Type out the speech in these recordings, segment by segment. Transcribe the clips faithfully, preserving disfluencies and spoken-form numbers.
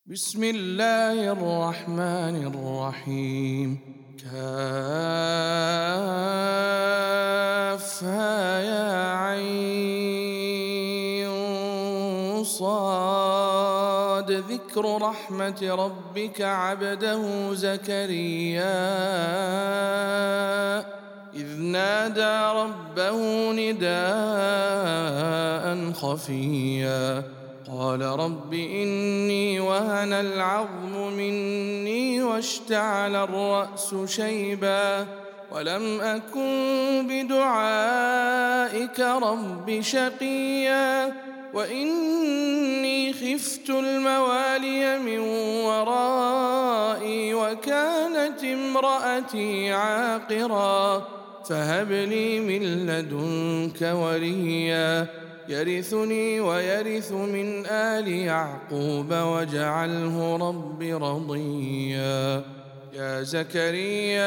بسم الله الرحمن الرحيم. كافها يا عين صاد ذكر رحمة ربك عبده زكريا إذ نادى ربه نداء خفيا قال رب إني وهن العظم مني واشتعل الرأس شيبا ولم أكن بدعائك رب شقيا وإني خفت الموالي من ورائي وكانت امرأتي عاقرا فهب لي من لدنك وليا يرثني ويرث من آل يعقوب واجعله رب رضيا يا زكريا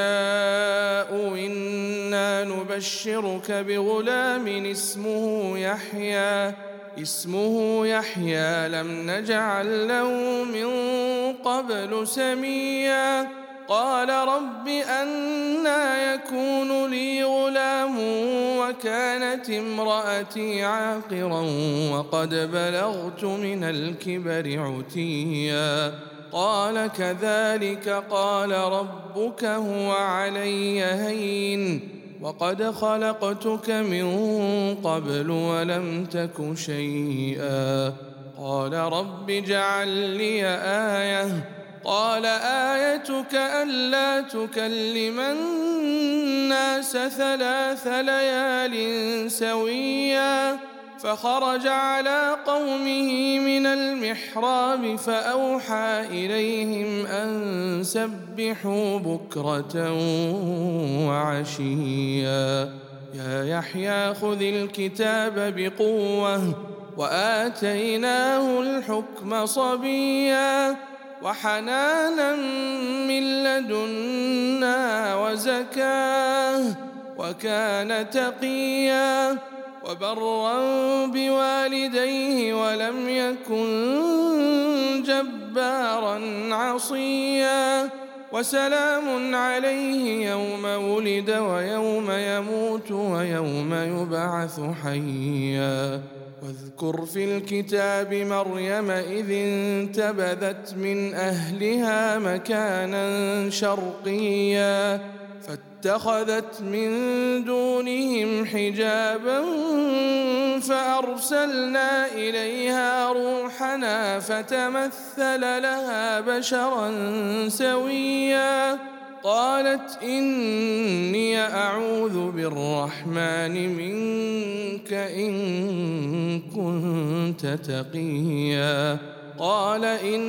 إنا نبشرك بغلام اسمه يحيى اسمه يحيى لم نجعل له من قبل سميا قال رب أنى يكون لي غلام وكانت امرأتي عاقرا وقد بلغت من الكبر عتيا قال كذلك قال ربك هو علي هين وقد خلقتك من قبل ولم تك شيئا قال رب اجعل لي آية قال آيتك ألا تكلم الناس ثلاث ليال سويا فخرج على قومه من المحراب فأوحى إليهم أن سبحوا بكرة وعشيا يا يحيى خذ الكتاب بقوة وآتيناه الحكم صبيا وحنانا من لدنا وزكاه وكان تقيا وبرا بوالديه ولم يكن جبارا عصيا وسلام عليه يوم ولد ويوم يموت ويوم يبعث حيا واذكر في الكتاب مريم إذ انتبذت من أهلها مكانا شرقيا فاتخذت من دونهم حجابا فأرسلنا إليها روحنا فتمثل لها بشرا سويا قالت إني أعوذ بالرحمن منك إن كنت تقيا قال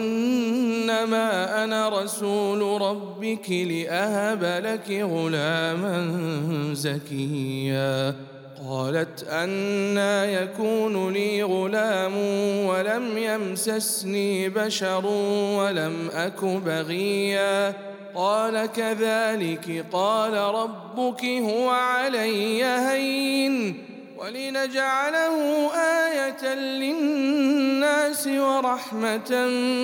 إنما أنا رسول ربك لأهب لك غلاما زكيا قالت أنى يكون لي غلام ولم يمسسني بشر ولم أك بغيا قال كذلك قال ربك هو علي هين ولنجعله آية للناس ورحمة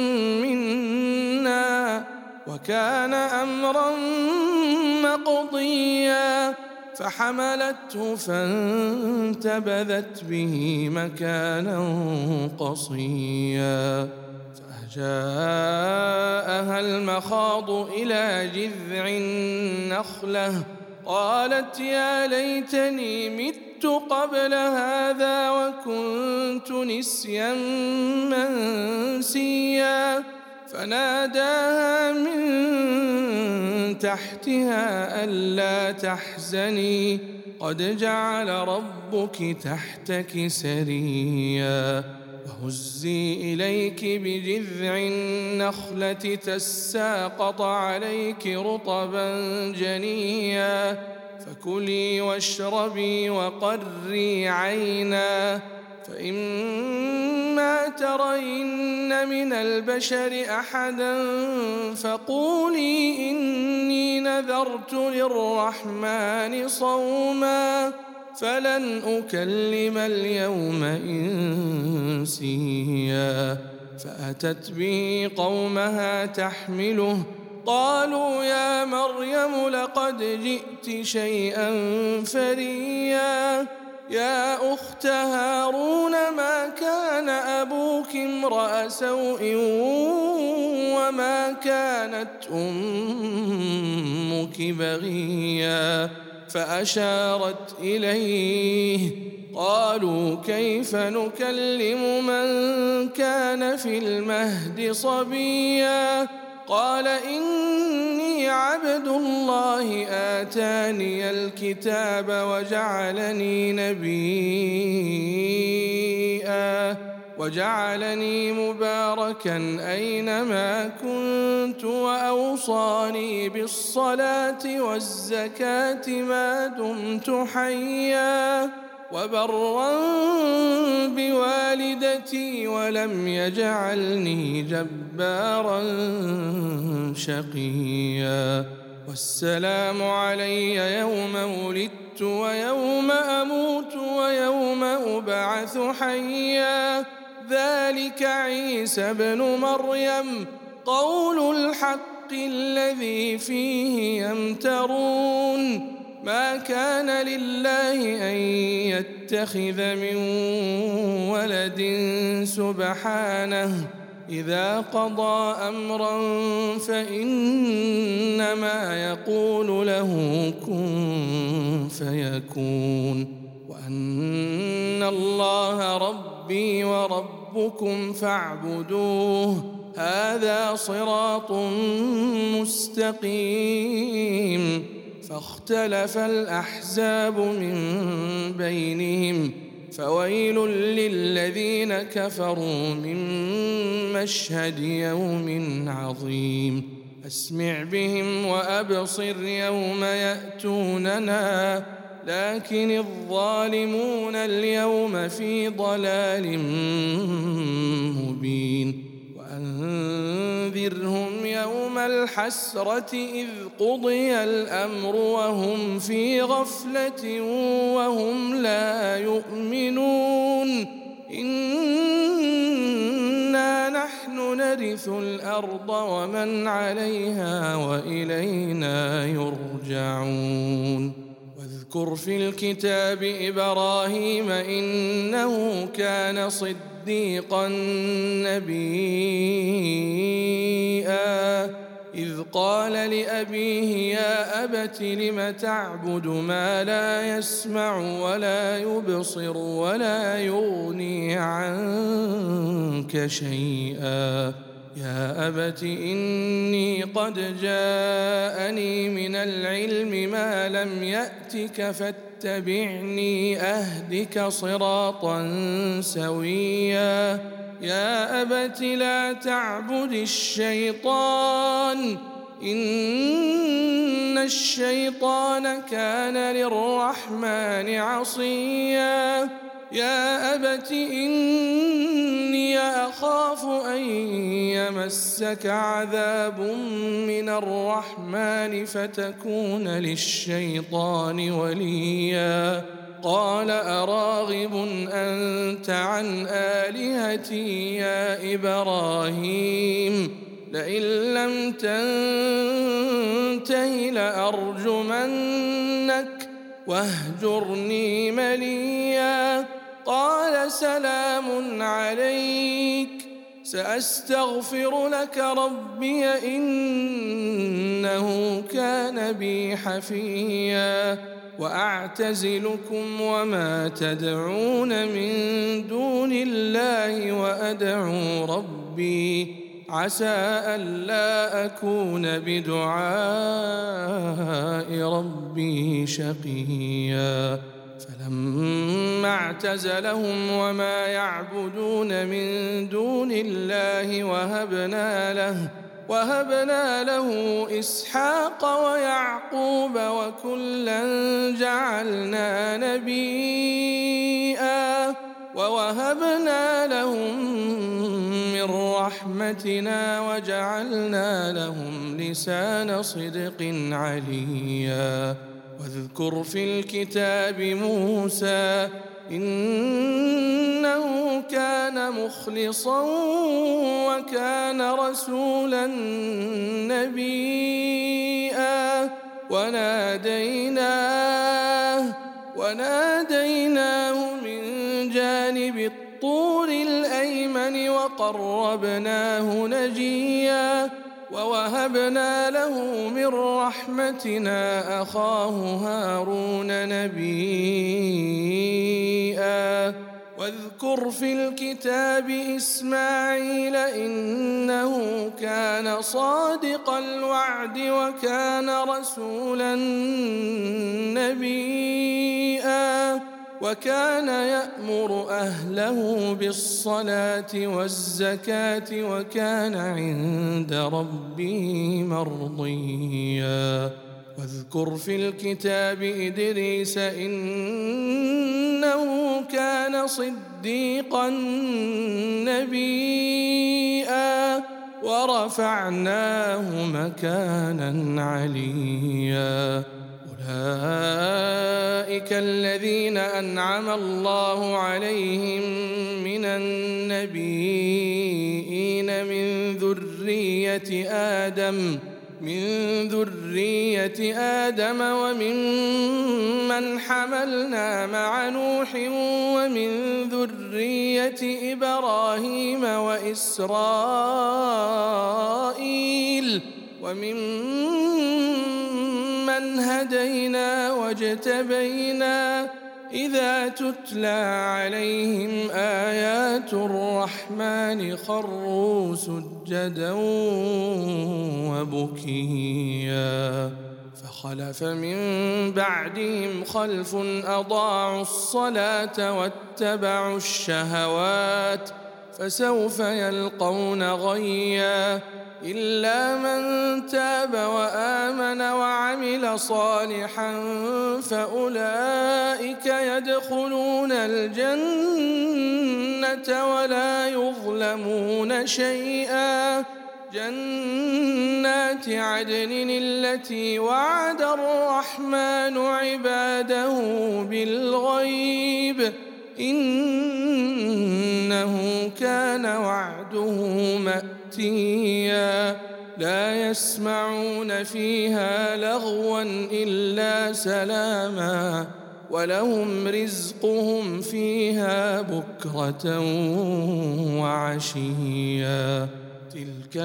منا وكان أمرا مقضيا فحملته فانتبذت به مكانا قصيا فجاءها المخاض إلى جذع النخلة قالت يا ليتني مت قبل هذا وكنت نسيا منسيا فناداها من تحتها ألا تحزني قد جعل ربك تحتك سريا وهزي إليك بجذع النخلة تساقط عليك رطبا جنيا فكلي واشربي وقري عينا فإما ترين من البشر أحدا فقولي إني نذرت للرحمن صوما فلن أكلم اليوم إنسيا فأتت به قومها تحمله قالوا يا مريم لقد جئت شيئا فريا يا أخت هارون ما كان أبوك امرأ سوء وما كانت أمك بغيا فأشارت إليه قالوا كيف نكلم من كان في المهد صبيا قال إني عبد الله آتاني الكتاب وجعلني نبيا وجعلني مباركا أينما كنت وأوصاني بالصلاة والزكاة ما دمت حيا وبرا بوالدتي ولم يجعلني جبارا شقيا والسلام علي يوم ولدت ويوم أموت ويوم أبعث حيا ذلك عيسى بن مريم قول الحق الذي فيه يمترون ما كان لله أن يتخذ من ولد سبحانه إذا قضى أمرا فإنما يقول له كن فيكون وأن الله ربي وربكم فاعبدوه هذا صراط مستقيم فاختلف الأحزاب من بينهم فويل للذين كفروا من مشهد يوم عظيم أسمع بهم وأبصر يوم يأتوننا لكن الظالمون اليوم في ضلال مبين وأنذرهم يوم الحسرة إذ قضي الأمر وهم في غفلة وهم لا يؤمنون إنا نحن نرث الأرض ومن عليها وإلينا يرجعون واذكر في الكتاب إبراهيم إنه كان صديقا نبيا إذ قال لأبيه يا أبت لم تعبد ما لا يسمع ولا يبصر ولا يغني عنك شيئا يا أبت إني قد جاءني من العلم ما لم يأتك فاتبعني أهدك صراطا سويا يا أبت لا تعبد الشيطان إن الشيطان كان للرحمن عصيا يا أبت إني أخاف أن يمسك عذاب من الرحمن فتكون للشيطان وليا قال أراغب أنت عن آلهتي يا إبراهيم لئن لم تنته لأرجمنك واهجرني مليا قال سلام عليك سأستغفر لك ربي إنه كان بي حفيا وأعتزلكم وما تدعون من دون الله وأدعو ربي عسى ألا أكون بدعاء ربي شقيا فلما اعتزلهم وما يعبدون من دون الله وهبنا له وهبنا له إسحاق ويعقوب وكلا جعلنا نبيا ووهبنا لهم من رحمتنا وجعلنا لهم لسان صدق عليا واذكر في الكتاب موسى إنه كان مخلصا وكان رسولا نبيا وناديناه وناديناه من جانب الطور الأيمن وقربناه نجيا ووهبنا له من رحمتنا أخاه هارون نبيا واذكر في الكتاب إسماعيل إنه كان صادق الوعد وكان رسولا نبيا وكان يأمر أهله بالصلاة والزكاة وكان عند ربه مرضيا واذكر في الكتاب إدريس إنه كان صديقا نبيا ورفعناه مكانا عليا أولئك الذين أنعم الله عليهم من النبيين من ذرية آدم من ذرية آدم وممن حملنا مع نوح ومن ذرية إبراهيم وإسرائيل وممن هدينا واجتبينا إذا تتلى عليهم آيات الرحمن خروا سجدا وبكيا فخلف من بعدهم خلف أضاعوا الصلاة واتبعوا الشهوات فسوف يلقون غيا إلا من تاب وآمن وعمل صالحا فأولئك يدخلون الجنة ولا يظلمون شيئا جنات عدن التي وعد الرحمن عباده بالغيب إنه كان وعده مأتيا لا يسمعون فيها لغوا إلا سلاما ولهم رزقهم فيها بكرة وعشيا تلك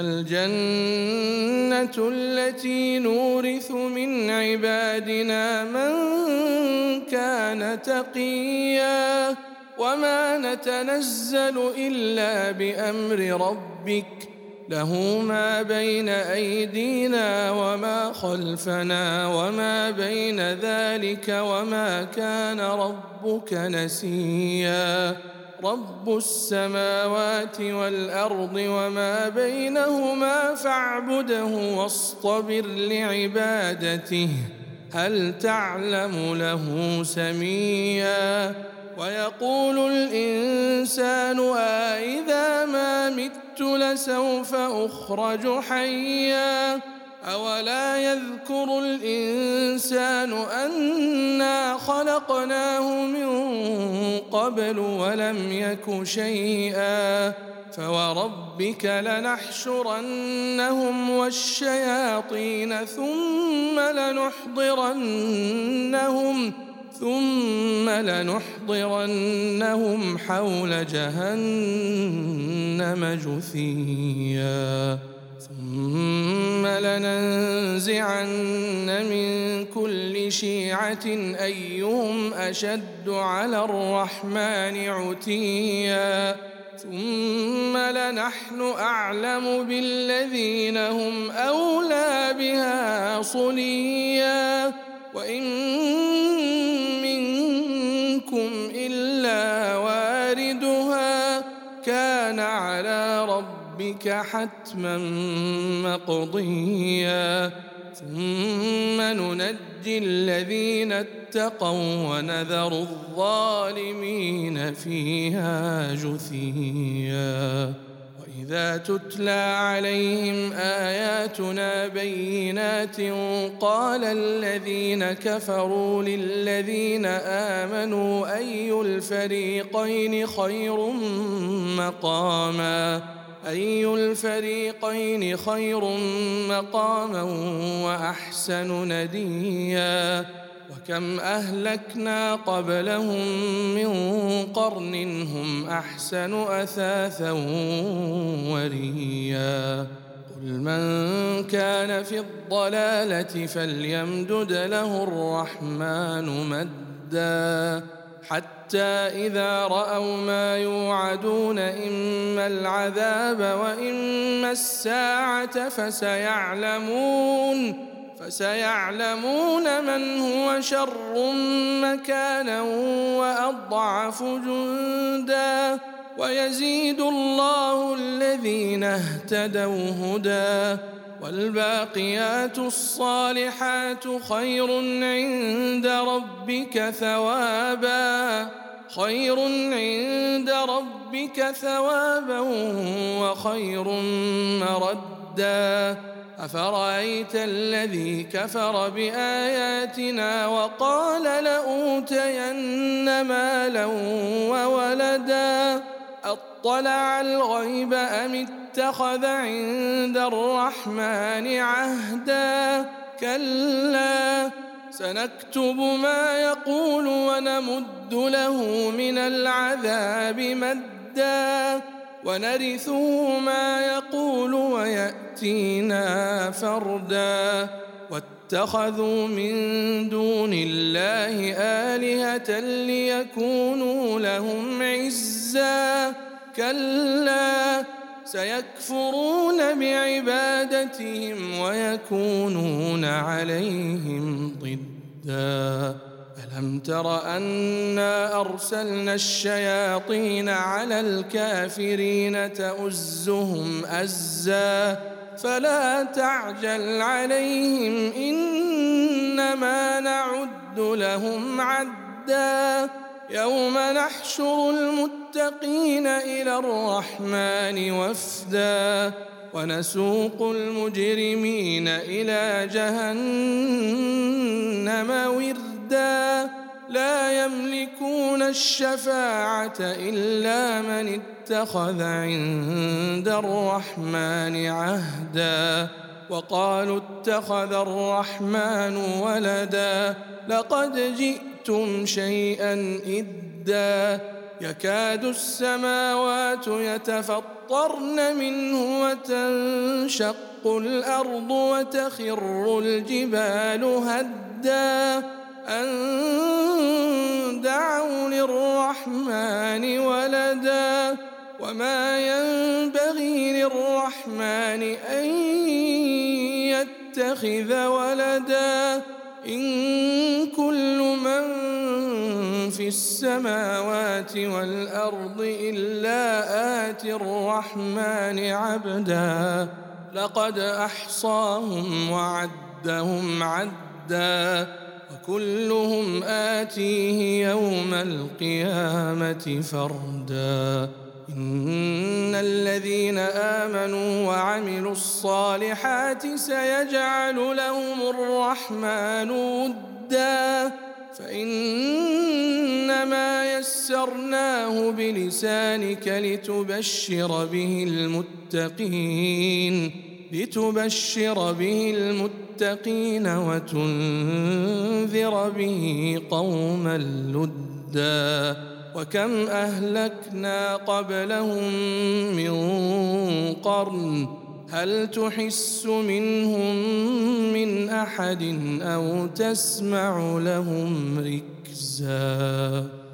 الجنة التي نورث من عبادنا من كان تقيا وما نتنزل إلا بأمر ربك له ما بين أيدينا وما خلفنا وما بين ذلك وما كان ربك نسيا رب السماوات والأرض وما بينهما فاعبده واصطبر لعبادته هل تعلم له سميا ويقول الإنسان أإذا ما مت لسوف أخرج حيا أولا يذكر الإنسان أنا خلقناه من قبل ولم يك شيئا فوربك لنحشرنهم والشياطين ثم لنحضرنهم ثم لنحضرنهم حول جهنم جثيا ثم لننزعن من كل شيعة أيهم أشد على الرحمن عتيا ثم لنحن أعلم بالذين هم أولى بها صليا وإن منكم إلا واردها كان على ربك حتما مقضيا ثم ننجي الذين اتقوا ونذر الظالمين فيها جثيا وإذا تتلى عليهم آياتنا بينات قال الذين كفروا للذين آمنوا أي الفريقين خير مقاما أي الفريقين خير مقاما وأحسن نديا وكم أهلكنا قبلهم من قرن هم أحسن أثاثا وريا قل من كان في الضلالة فليمدد له الرحمن مدا حتى إذا رأوا ما يوعدون إما العذاب وإما الساعة فسيعلمون فسيعلمون من هو شر مكانا وأضعف جندا ويزيد الله الذين اهتدوا هدى والباقيات الصالحات خير عند ربك ثوابا خير عند ربك ثوابا وخير مردا أفرأيت الذي كفر بآياتنا وقال لأوتين مالا وولدا أطلع الغيب أم اتخذ عند الرحمن عهدا كلا سنكتب ما يقول ونمد له من العذاب مدا ونرثه ما يقول ويأتينا فردا واتخذوا من دون الله آلهة ليكونوا لهم عزا كلا سيكفرون بعبادتهم ويكونون عليهم ضدا ألم تر أنا أرسلنا الشياطين على الكافرين تؤزهم أزا فلا تعجل عليهم إنما نعد لهم عدا يوم نحشر المتقين إلى الرحمن وفدا ونسوق المجرمين إلى جهنم وردا لا يملكون الشفاعة إلا من اتخذ عند الرحمن عهدا وقالوا اتخذ الرحمن ولدا لقد جئتم شيئا إدا يكاد السماوات يتفطرن منه وتنشق الأرض وتخر الجبال هدا أن دعوا للرحمن ولدا وما ينبغي للرحمن أن يتخذ ولدا إن كل من في السماوات والأرض إلا آتي الرحمن عبدا لقد أحصاهم وعدهم عدا وكلهم آتيه يوم القيامة فردا إن الذين آمنوا وعملوا الصالحات سيجعل لهم الرحمن ودا فإنما يسرناه بلسانك لتبشر به المتقين لتبشر به المتقين وتنذر به قوما لدا وكم أهلكنا قبلهم من قرن هل تحس منهم من أحد أو تسمع لهم ركزا